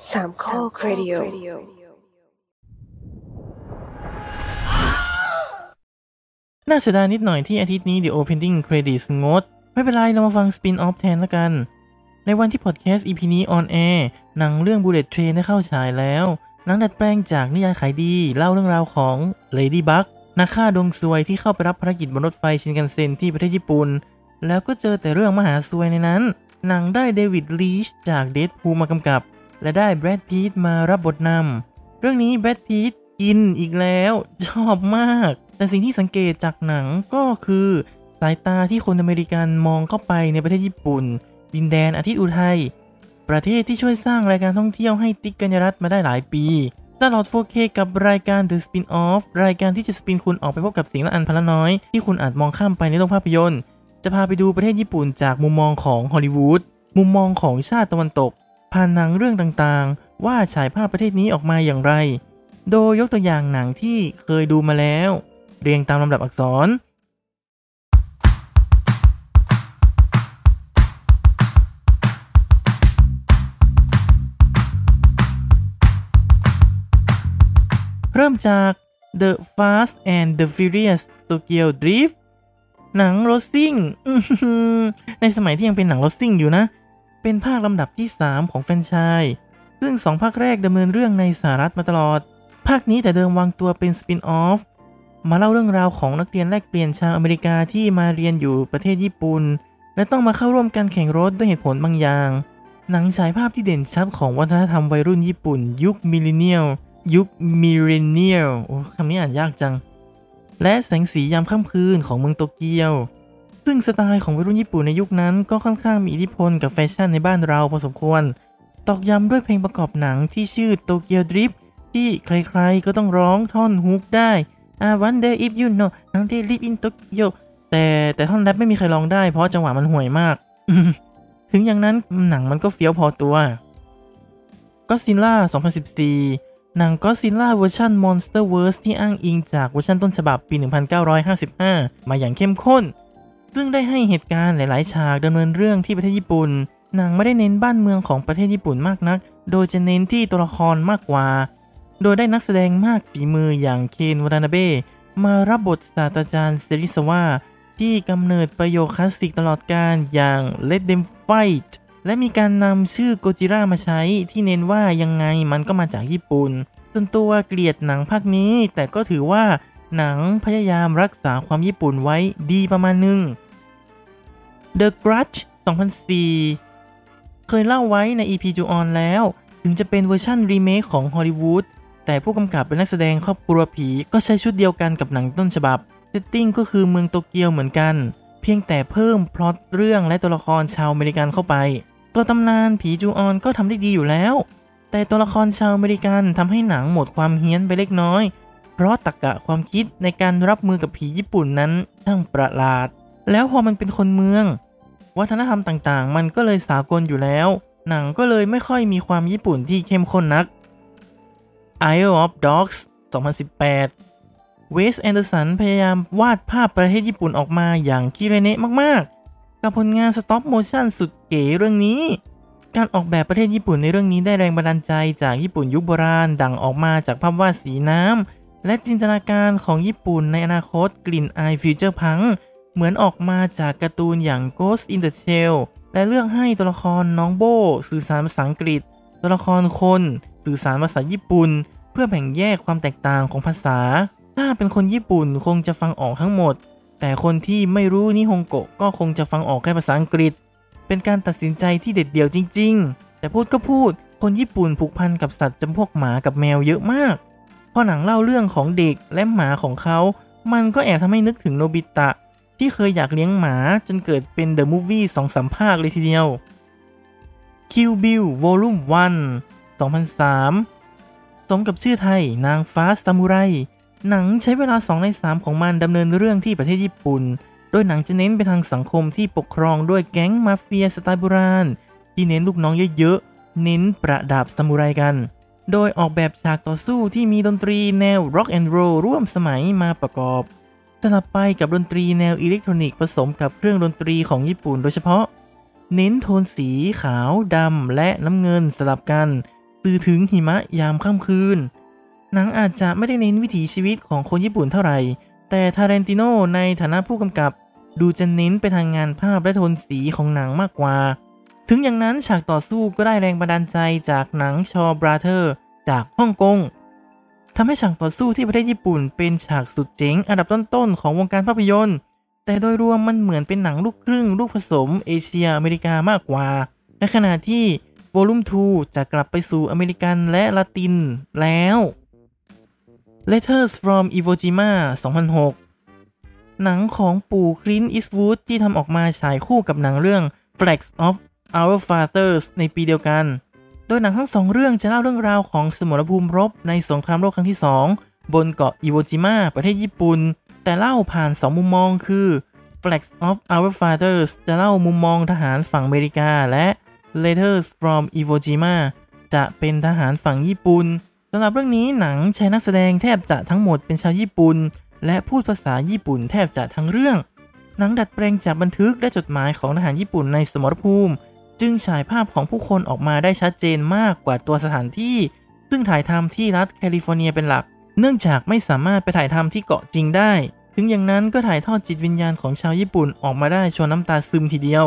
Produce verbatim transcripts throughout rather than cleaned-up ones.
สามข้อครดิโอน่าเสียดายนิดหน่อยที่อาทิตย์นี้ The Opening Credits งดไม่เป็นไรเรามาฟัง Spin-off แทนละกันในวันที่พอดแคสต์ อี พี นี้ออนแอร์หนังเรื่อง Bullet Train ได้เข้าฉายแล้วหนังดัดแปลงจากนิยายขายดีเล่าเรื่องราวของ Ladybug นักฆ่าดวงซวยที่เข้าไปรับภารกิจบนรถไฟชินคันเซ็นที่ประเทศญี่ปุ่นแล้วก็เจอแต่เรื่องมหาซวยในนั้นหนังได้เดวิดลีชจาก Deadpool มากำกับและได้แบรดพีตมารับบทนำเรื่องนี้แบรดพีตกินอีกแล้วชอบมากแต่สิ่งที่สังเกตจากหนังก็คือสายตาที่คนอเมริกันมองเข้าไปในประเทศญี่ปุ่นดินแดนอาทิตย์อุทัยประเทศที่ช่วยสร้างรายการท่องเที่ยวให้ติ๊กกัญญรัตน์มาได้หลายปีตลอด โฟร์เค กับรายการ The Spin-off รายการที่จะสปินคุณออกไปพบกับสิ่งละอันพันละน้อยที่คุณอาจมองข้ามไปในโลกภาพยนตร์จะพาไปดูประเทศญี่ปุ่นจากมุมมองของฮอลลีวูดมุมมองของชาติตะวันตกผ่านหนังเรื่องต่างๆว่าฉายภาพประเทศนี้ออกมาอย่างไรโดยยกตัวอย่างหนังที่เคยดูมาแล้วเรียงตามลำดับอักษรเริ่มจาก The Fast and the Furious Tokyo Drift หนังรถซิ่งในสมัยที่ยังเป็นหนังรถซิ่งอยู่นะเป็นภาคลำดับที่สามของแฟรนไชส์ซึ่งสองภาคแรกดำเนินเรื่องในสหรัฐมาตลอดภาคนี้แต่เดิมวางตัวเป็นสปินออฟมาเล่าเรื่องราวของนักเรียนแลกเปลี่ยนชาวอเมริกาที่มาเรียนอยู่ประเทศญี่ปุ่นและต้องมาเข้าร่วมการแข่งรถด้วยเหตุผลบางอย่างหนังฉายภาพที่เด่นชัดของวัฒนธรรมวัยรุ่นญี่ปุ่นยุคมิลเลนเนียลยุคมิลเลนเนียลโอ้คำนี้อ่านยากจังและแสงสียามค่ำคืนของเมืองโตเกียวซึ่งสไตล์ของวัยรุ่นญี่ปุ่นในยุคนั้นก็ค่อนข้างมีอิทธิพลกับแฟชั่นในบ้านเราพอสมควรตอกย้ำด้วยเพลงประกอบหนังที่ชื่อ Tokyo Drift ที่ใครๆก็ต้องร้องท่อนฮุกได้ I wonder if you know how they live in Tokyo แต่แต่ท่อนแรปไม่มีใครร้องได้เพราะจังหวะมันห่วยมาก ถึงอย่างนั้นหนังมันก็เฟี้ยวพอตัว Godzilla สองพันสิบสี่หนัง Godzilla เวอร์ชัน Monsterverse ที่อ้างอิงจากเวอร์ชันต้นฉบับปี หนึ่งพันเก้าร้อยห้าสิบห้า มาอย่างเข้มข้นซึ่งได้ให้เหตุการณ์หลายๆฉากดำเนินเรื่องที่ประเทศญี่ปุ่นหนังไม่ได้เน้นบ้านเมืองของประเทศญี่ปุ่นมากนักโดยจะเน้นที่ตัวละครมากกว่าโดยได้นักแสดงมากฝีมืออย่างเคนวาตานาเบะมารับบทศาสตราจารย์เซริซาวะที่กำเนิดประโยคคลาสสิกตลอดกาลอย่าง Let them fight และมีการนำชื่อโกจิระมาใช้ที่เน้นว่ายังไงมันก็มาจากญี่ปุ่นส่วนตัวเกลียดหนังภาคนี้แต่ก็ถือว่าหนังพยายามรักษาความญี่ปุ่นไว้ดีประมาณนึง The Grudge สองพันสี่เคยเล่าไว้ใน อี พี จูออนแล้วถึงจะเป็นเวอร์ชั่นรีเมคของฮอลลีวูดแต่ผู้กำกับเป็นนักแสดงครอบครัวผีก็ใช้ชุดเดียวกันกับหนังต้นฉบับเซตติ้งก็คือเมืองโตเกียวเหมือนกันเพียงแต่เพิ่มพล็อตเรื่องและตัวละครชาวอเมริกันเข้าไปตัวตำนานผีจูออนก็ทำได้ดีอยู่แล้วแต่ตัวละครชาวอเมริกันทำให้หนังหมดความเฮี้ยนไปเล็กน้อยเพราะตรรกะความคิดในการรับมือกับผีญี่ปุ่นนั้นช่างประหลาดแล้วพอมันเป็นคนเมืองวัฒนธรรมต่างๆมันก็เลยสากลอยู่แล้วหนังก็เลยไม่ค่อยมีความญี่ปุ่นที่เข้มข้นนัก Isle of Dogs สองพันสิบแปด เวส แอนเดอร์สันพยายามวาดภาพประเทศญี่ปุ่นออกมาอย่างคิเรเนะมากๆกับผลงานสต็อปโมชั่นสุดเก๋เรื่องนี้การออกแบบประเทศญี่ปุ่นในเรื่องนี้ได้แรงบันดาลใจจากญี่ปุ่นยุคโบราณดังออกมาจากภาพวาดสีน้ำและจินตนาการของญี่ปุ่นในอนาคตกลิ่นอายฟิวเจอร์พังเหมือนออกมาจากการ์ตูนอย่าง Ghost in the Shell และเลือกให้ตัวละครน้องโบสื่อสารภาษาอังกฤษตัวละครคนสื่อสารภาษาญี่ปุ่นเพื่อแบ่งแยกความแตกต่างของภาษาถ้าเป็นคนญี่ปุ่นคงจะฟังออกทั้งหมดแต่คนที่ไม่รู้นิฮงโกะก็คงจะฟังออกแค่ภาษาอังกฤษเป็นการตัดสินใจที่เด็ดเดี่ยวจริงๆแต่พูดก็พูดคนญี่ปุ่นผูกพันกับสัตว์จำพวกหมากับแมวเยอะมากพอหนังเล่าเรื่องของเด็กและหมาของเขามันก็แอบทำให้นึกถึงโนบิตะที่เคยอยากเลี้ยงหมาจนเกิดเป็น The Movie สองสาม ภาคเลยทีเดียว Kill Bill Volume วัน สองพันสามสมกับชื่อไทยนางฟ้าซามูไรหนังใช้เวลาสองในสามของมันดำเนินเรื่องที่ประเทศญี่ปุ่นโดยหนังจะเน้นไปทางสังคมที่ปกครองด้วยแก๊งมาเฟียสไตล์โบราณที่เน้นลูกน้องเยอะๆเน้นประดับซามูไรกันโดยออกแบบฉากต่อสู้ที่มีดนตรีแนว Rock and Roll ร่วมสมัยมาประกอบสลับไปกับดนตรีแนวอิเล็กทรอนิกส์ผสมกับเครื่องดนตรีของญี่ปุ่นโดยเฉพาะเน้นโทนสีขาวดำและน้ำเงินสลับกันสื่อถึงหิมะยามค่ำคืนหนังอาจจะไม่ได้เน้นวิถีชีวิตของคนญี่ปุ่นเท่าไหร่แต่ทาเรนติโนในฐานะผู้กำกับดูจะเน้นไปทางงานภาพและโทนสีของหนังมากกว่าถึงอย่างนั้นฉากต่อสู้ก็ได้แรงบันดาลใจจากหนังชอบราเธอร์จากฮ่องกงทำให้ฉากต่อสู้ที่ประเทศญี่ปุ่นเป็นฉากสุดเจ๋งอันดับต้นๆของวงการภาพยนตร์แต่โดยรวมมันเหมือนเป็นหนังลูกครึ่งลูกผสมเอเชียอเมริกามากกว่าในขณะที่วอลลุ่มทูจะกลับไปสู่อเมริกันและละตินแล้ว Letters from Iwo Jima สองพันหก หนังของปู่คลินต์ อีสต์วูดที่ทำออกมาฉายคู่กับหนังเรื่อง Flags of Our Fathers ในปีเดียวกันโดยหนังทั้งสองเรื่องจะเล่าเรื่องราวของสมรภูมิรบในสงครามโลกครั้งที่สองบนเกาะอิโวจิมะประเทศญี่ปุ่นแต่เล่าผ่านสองมุมมองคือ Flags of Our Fathers จะเล่ามุมมองทหารฝั่งอเมริกาและ Letters from Iwo Jima จะเป็นทหารฝั่งญี่ปุ่นสำหรับเรื่องนี้หนังใช้นักแสดงแทบจะทั้งหมดเป็นชาวญี่ปุ่นและพูดภาษาญี่ปุ่นแทบจะทั้งเรื่องหนังดัดแปลงจากบันทึกและจดหมายของทหารญี่ปุ่นในสมรภูมิจึงฉายภาพของผู้คนออกมาได้ชัดเจนมากกว่าตัวสถานที่ซึ่งถ่ายทำที่รัฐแคลิฟอร์เนียเป็นหลักเนื่องจากไม่สามารถไปถ่ายทำที่เกาะจริงได้ถึงอย่างนั้นก็ถ่ายทอดจิตวิญญาณของชาวญี่ปุ่นออกมาได้ชวนน้ำตาซึมทีเดียว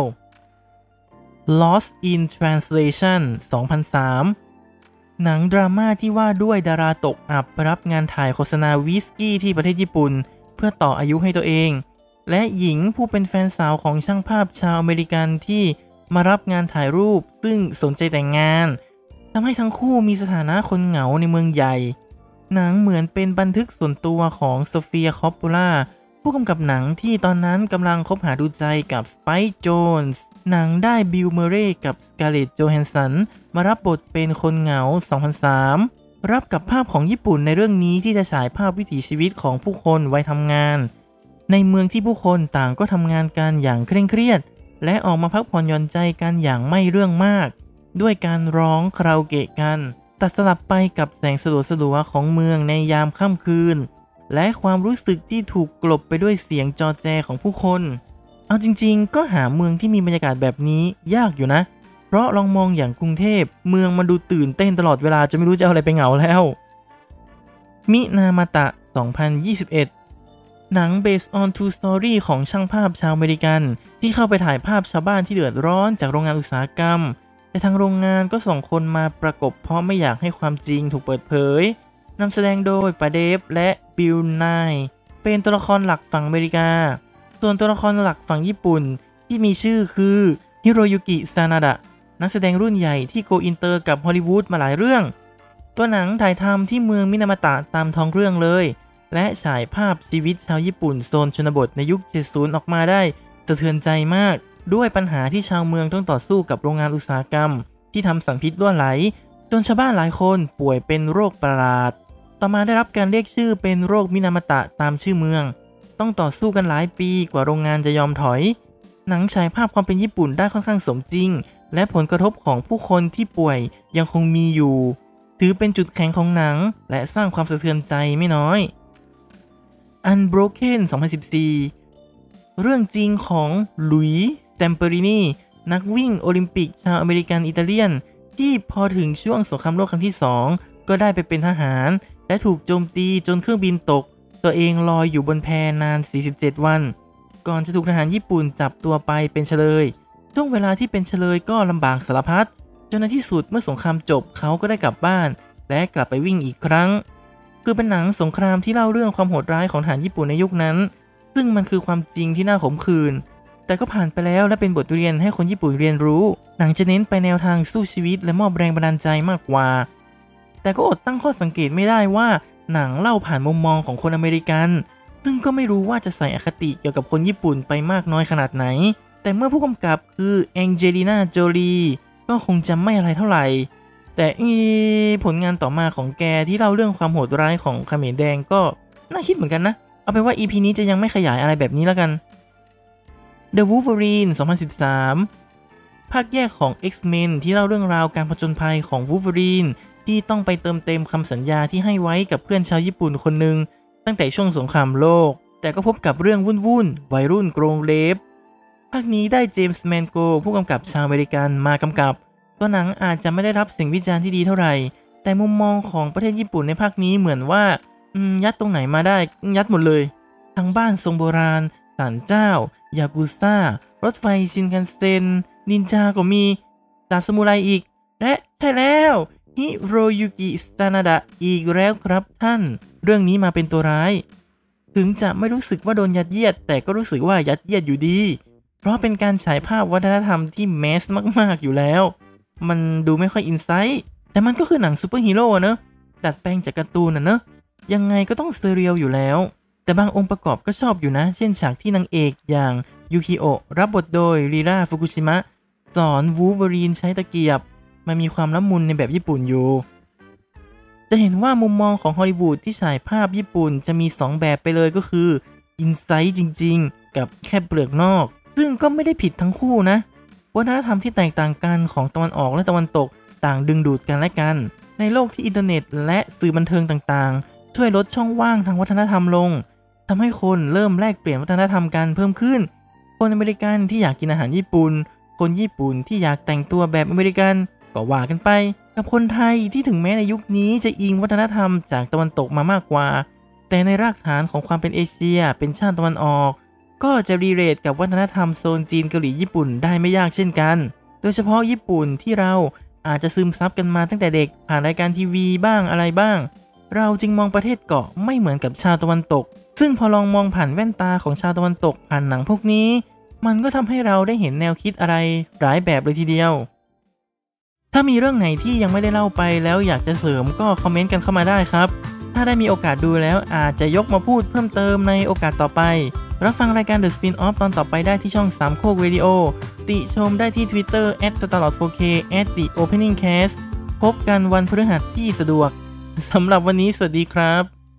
Lost in Translation สองพันสาม หนังดราม่าที่ว่าด้วยดาราตกอับรับงานถ่ายโฆษณาวิสกี้ที่ประเทศญี่ปุ่นเพื่อต่ออายุให้ตัวเองและหญิงผู้เป็นแฟนสาวของช่างภาพชาวอเมริกันที่มารับงานถ่ายรูปซึ่งสนใจแต่งงานทำให้ทั้งคู่มีสถานะคนเหงาในเมืองใหญ่หนังเหมือนเป็นบันทึกส่วนตัวของโซเฟีย คอปปูล่าผู้กำกับหนังที่ตอนนั้นกำลังคบหาดูใจกับสไปค์ โจนส์หนังได้บิล เมอร์เรย์กับสการ์เลตต์ โจแฮนสันมารับบทเป็นคนเหงา สองพันสาม รับกับภาพของญี่ปุ่นในเรื่องนี้ที่จะฉายภาพวิถีชีวิตของผู้คนวัยทำงานในเมืองที่ผู้คนต่างก็ทำงานกันอย่างเคร่งเครียดและออกมาพักผ่อนหย่อนใจกันอย่างไม่เรื่องมากด้วยการร้องคาราโอเกะกันตัดสลับไปกับแสงสลัวๆของเมืองในยามค่ำคืนและความรู้สึกที่ถูกกลบไปด้วยเสียงจอแจของผู้คนเอาจริงๆก็หาเมืองที่มีบรรยากาศแบบนี้ยากอยู่นะเพราะลองมองอย่างกรุงเทพเมืองมันดูตื่นเต้นตลอดเวลาจะไม่รู้จะเอาอะไรไปเหงาแล้วมินามาตะ สองพันยี่สิบเอ็ด หนัง based on true story ของช่างภาพชาวอเมริกันที่เข้าไปถ่ายภาพชาวบ้านที่เดือดร้อนจากโรงงานอุตสาหกรรมแต่ทางโรงงานก็ส่งคนมาประกบเพราะไม่อยากให้ความจริงถูกเปิดเผยนำแสดงโดยปาเดฟและบิล ไนน์เป็นตัวละครหลักฝั่งอเมริกาส่วนตัวละครหลักฝั่งญี่ปุ่นที่มีชื่อคือฮิโรยุกิ ซานาดะนักแสดงรุ่นใหญ่ที่โกอินเตอร์กับฮอลลีวูดมาหลายเรื่องตัวหนังถ่ายทำที่เมืองมินามาตะตามท้องเรื่องเลยและฉายภาพชีวิตชาวญี่ปุ่นโซนชนบทในยุค เจ็ดสิบ ออกมาได้สะเทือนใจมากด้วยปัญหาที่ชาวเมืองต้องต่อสู้กับโรงงานอุตสาหกรรมที่ทำสารพิษรั่วไหลจนชาวบ้านหลายคนป่วยเป็นโรคประหลาดต่อมาได้รับการเรียกชื่อเป็นโรคมินามาตะตามชื่อเมืองต้องต่อสู้กันหลายปีกว่าโรงงานจะยอมถอยหนังฉายภาพความเป็นญี่ปุ่นได้ค่อนข้างสมจริงและผลกระทบของผู้คนที่ป่วยยังคงมีอยู่ถือเป็นจุดแข็งของหนังและสร้างความสะเทือนใจไม่น้อย Unbroken สองพันสิบสี่ เรื่องจริงของหลุยส์ สแตมเปอรินีนักวิ่งโอลิมปิกชาวอเมริกันอิตาเลียนที่พอถึงช่วงสงครามโลกครั้งที่สองก็ได้ไปเป็นทหารและถูกโจมตีจนเครื่องบินตกตัวเองลอยอยู่บนแพนานสี่สิบเจ็ดวันก่อนจะถูกทหารญี่ปุ่นจับตัวไปเป็นเฉลยช่วงเวลาที่เป็นเฉลยก็ลำบากสารพัดจนในที่สุดเมื่อสงครามจบเขาก็ได้กลับบ้านและกลับไปวิ่งอีกครั้งคือเป็นหนังสงครามที่เล่าเรื่องความโหดร้ายของทหารญี่ปุ่นในยุคนั้นซึ่งมันคือความจริงที่น่าขมขื่นแต่ก็ผ่านไปแล้วและเป็นบทเรียนให้คนญี่ปุ่นเรียนรู้หนังจะเน้นไปแนวทางสู้ชีวิตและมอบแรงบันดาลใจมากกว่าแต่ก็อดตั้งข้อสังเกตไม่ได้ว่าหนังเล่าผ่านมุมมองของคนอเมริกันซึ่งก็ไม่รู้ว่าจะใส่อคติเกี่ยวกับคนญี่ปุ่นไปมากน้อยขนาดไหนแต่เมื่อผู้กำกับคือแองเจลีนา โจลีก็คงจะไม่อะไรเท่าไหร่แต่ผลงานต่อมาของแกที่เล่าเรื่องความโหดร้ายของเขมรแดงก็น่าคิดเหมือนกันนะเอาเป็นว่า อี พี นี้จะยังไม่ขยายอะไรแบบนี้แล้วกัน The Wolverine สองพันสิบสาม ภาคแยกของ X-Men ที่เล่าเรื่องราวการผจญภัยของ Wolverine ที่ต้องไปเติมเต็มคำสัญญาที่ให้ไว้กับเพื่อนชาวญี่ปุ่นคนหนึ่งตั้งแต่ช่วงสงครามโลกแต่ก็พบกับเรื่องวุ่นๆวัยรุ่นโกรงเลฟภาคนี้ได้เจมส์ แมนโกผู้กำกับชาวอเมริกันมากำกับตตัวหนังอาจจะไม่ได้รับเสียงวิจารณ์ที่ดีเท่าไหร่แต่มุมมองของประเทศญี่ปุ่นในภาคนี้เหมือนว่ายัดตรงไหนมาได้ยัดหมดเลยทั้งบ้านทรงโบราณศาลเจ้ายากุซ่ารถไฟชินคันเซ็นนินจาก็มีดาบซามูไรอีกและใช่แล้วฮิโรยุกิสตานาดะอีกแล้วครับท่านเรื่องนี้มาเป็นตัวร้ายถึงจะไม่รู้สึกว่าโดนยัดเยียดแต่ก็รู้สึกว่ายัดเยียดอยู่ดีเพราะเป็นการฉายภาพวัฒนธรรมที่แมสมากๆอยู่แล้วมันดูไม่ค่อยอินไซต์แต่มันก็คือหนังซูเปอร์ฮีโร่เนอะดัดแปลงจากการ์ตูนนะเนอะยังไงก็ต้องเซเรียลอยู่แล้วแต่บางองค์ประกอบก็ชอบอยู่นะเช่นฉากที่นางเอกอย่างยูคิโอะรับบทโดยริราฟุกุชิมะสอนวูล์ฟเวอรีนใช้ตะเกียบมันมีความละมุนในแบบญี่ปุ่นอยู่จะเห็นว่ามุมมองของฮอลลีวูดที่ฉายภาพญี่ปุ่นจะมีสองแบบไปเลยก็คืออินไซต์จริงๆกับแค่เปลือกนอกซึ่งก็ไม่ได้ผิดทั้งคู่นะวัฒนธรรมที่แตกต่างกันของตะวันออกและตะวันตกต่างดึงดูดกันและกันในโลกที่อินเทอร์เน็ตและสื่อบันเทิงต่างๆช่วยลดช่องว่างทางวัฒนธรรมลงทำให้คนเริ่มแลกเปลี่ยนวัฒนธรรมกันเพิ่มขึ้นคนอเมริกันที่อยากกินอาหารญี่ปุ่นคนญี่ปุ่นที่อยากแต่งตัวแบบอเมริกันก็ว่ากันไปกับคนไทยที่ถึงแม้ในยุคนี้จะอิงวัฒนธรรมจากตะวันตกมามากกว่าแต่ในรากฐานของความเป็นเอเชียเป็นชาติตะวันออกก็จะรีเลทกับวัฒนธรรมโซนจีนเกาหลีญี่ปุ่นได้ไม่ยากเช่นกันโดยเฉพาะญี่ปุ่นที่เราอาจจะซึมซับกันมาตั้งแต่เด็กผ่านรายการทีวีบ้างอะไรบ้างเราจึงมองประเทศเกาะไม่เหมือนกับชาวตะวันตกซึ่งพอลองมองผ่านแว่นตาของชาวตะวันตกผ่านหนังพวกนี้มันก็ทำให้เราได้เห็นแนวคิดอะไรหลายแบบเลยทีเดียวถ้ามีเรื่องไหนที่ยังไม่ได้เล่าไปแล้วอยากจะเสริมก็คอมเมนต์กันเข้ามาได้ครับถ้าได้มีโอกาสดูแล้วอาจจะยกมาพูดเพิ่มเติมในโอกาสต่อไปรับฟังรายการ The Spin-off ตอนต่อไปได้ที่ช่องสามโคกเรดิโอติชมได้ที่ Twitterแอท สตาร์ลอร์ด โฟร์ เค แอท The Opening Cast พบกันวันพฤหัสที่สะดวกสำหรับวันนี้สวัสดีครับ